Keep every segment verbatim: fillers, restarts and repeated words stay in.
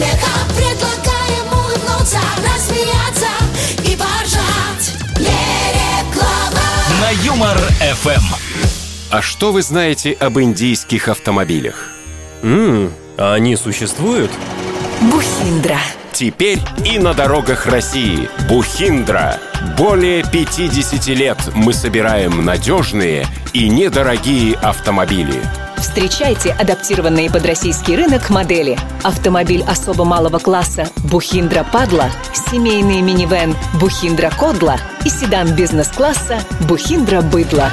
смехом предлагаем улыбнуться, рассмеяться и поржать. Не реклама. На Юмор эф эм. А что вы знаете об индийских автомобилях? Ммм, а они существуют? Бухиндра. Теперь и на дорогах России. Бухиндра. Более пятьдесят лет мы собираем надежные и недорогие автомобили. Встречайте адаптированные под российский рынок модели. Автомобиль особо малого класса Бухиндра Падла, семейный минивэн Бухиндра Кодла и седан бизнес-класса Бухиндра Быдло.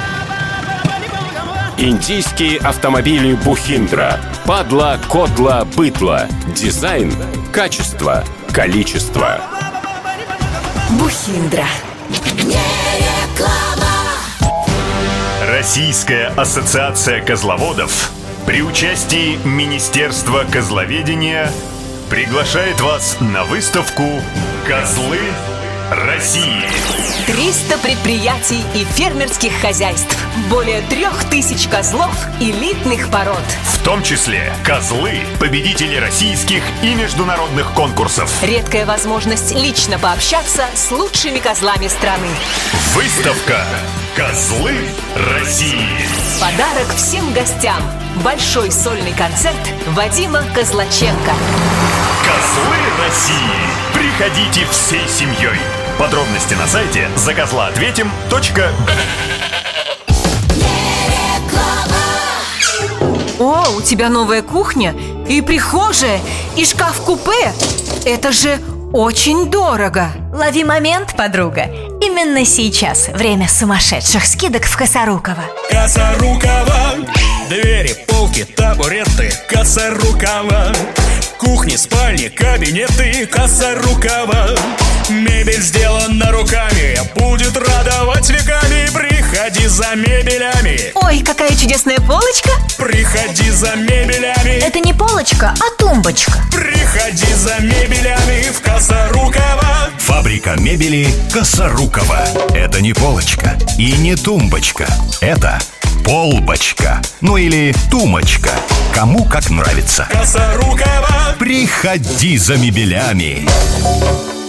Индийские автомобили Бухиндра. Падла, Кодла, Быдло. Дизайн, качество, количество. Бухиндра. Не реклама. Российская ассоциация козловодов при участии Министерства козловедения приглашает вас на выставку «Козлы России». триста предприятий и фермерских хозяйств. Более трех тысяч козлов элитных пород. В том числе козлы, победители российских и международных конкурсов. Редкая возможность лично пообщаться с лучшими козлами страны. Выставка «Козлы России». Подарок всем гостям. Большой сольный концерт Вадима Козлаченко. «Козлы России». Приходите всей семьей. Подробности на сайте за козла ответим точка б. О, у тебя новая кухня и прихожая, и шкаф-купе. Это же очень дорого. Лови момент, подруга. Именно сейчас время сумасшедших скидок в Косорукова. Косорукова. Двери, полки, табуреты. Косорукова. Кухни, спальни, кабинеты. Косорукова. Мебель сделана руками, будет радовать веками. Приходи за мебелями. Ой, какая чудесная полочка. Приходи за мебелями. Это не полочка, а тумбочка. Приходи за мебелями в Косорукова. Фабрика мебели Косорукова. Это не полочка и не тумбочка. Это полбочка. Ну или тумочка. Кому как нравится. Косорукова. Приходи за мебелями.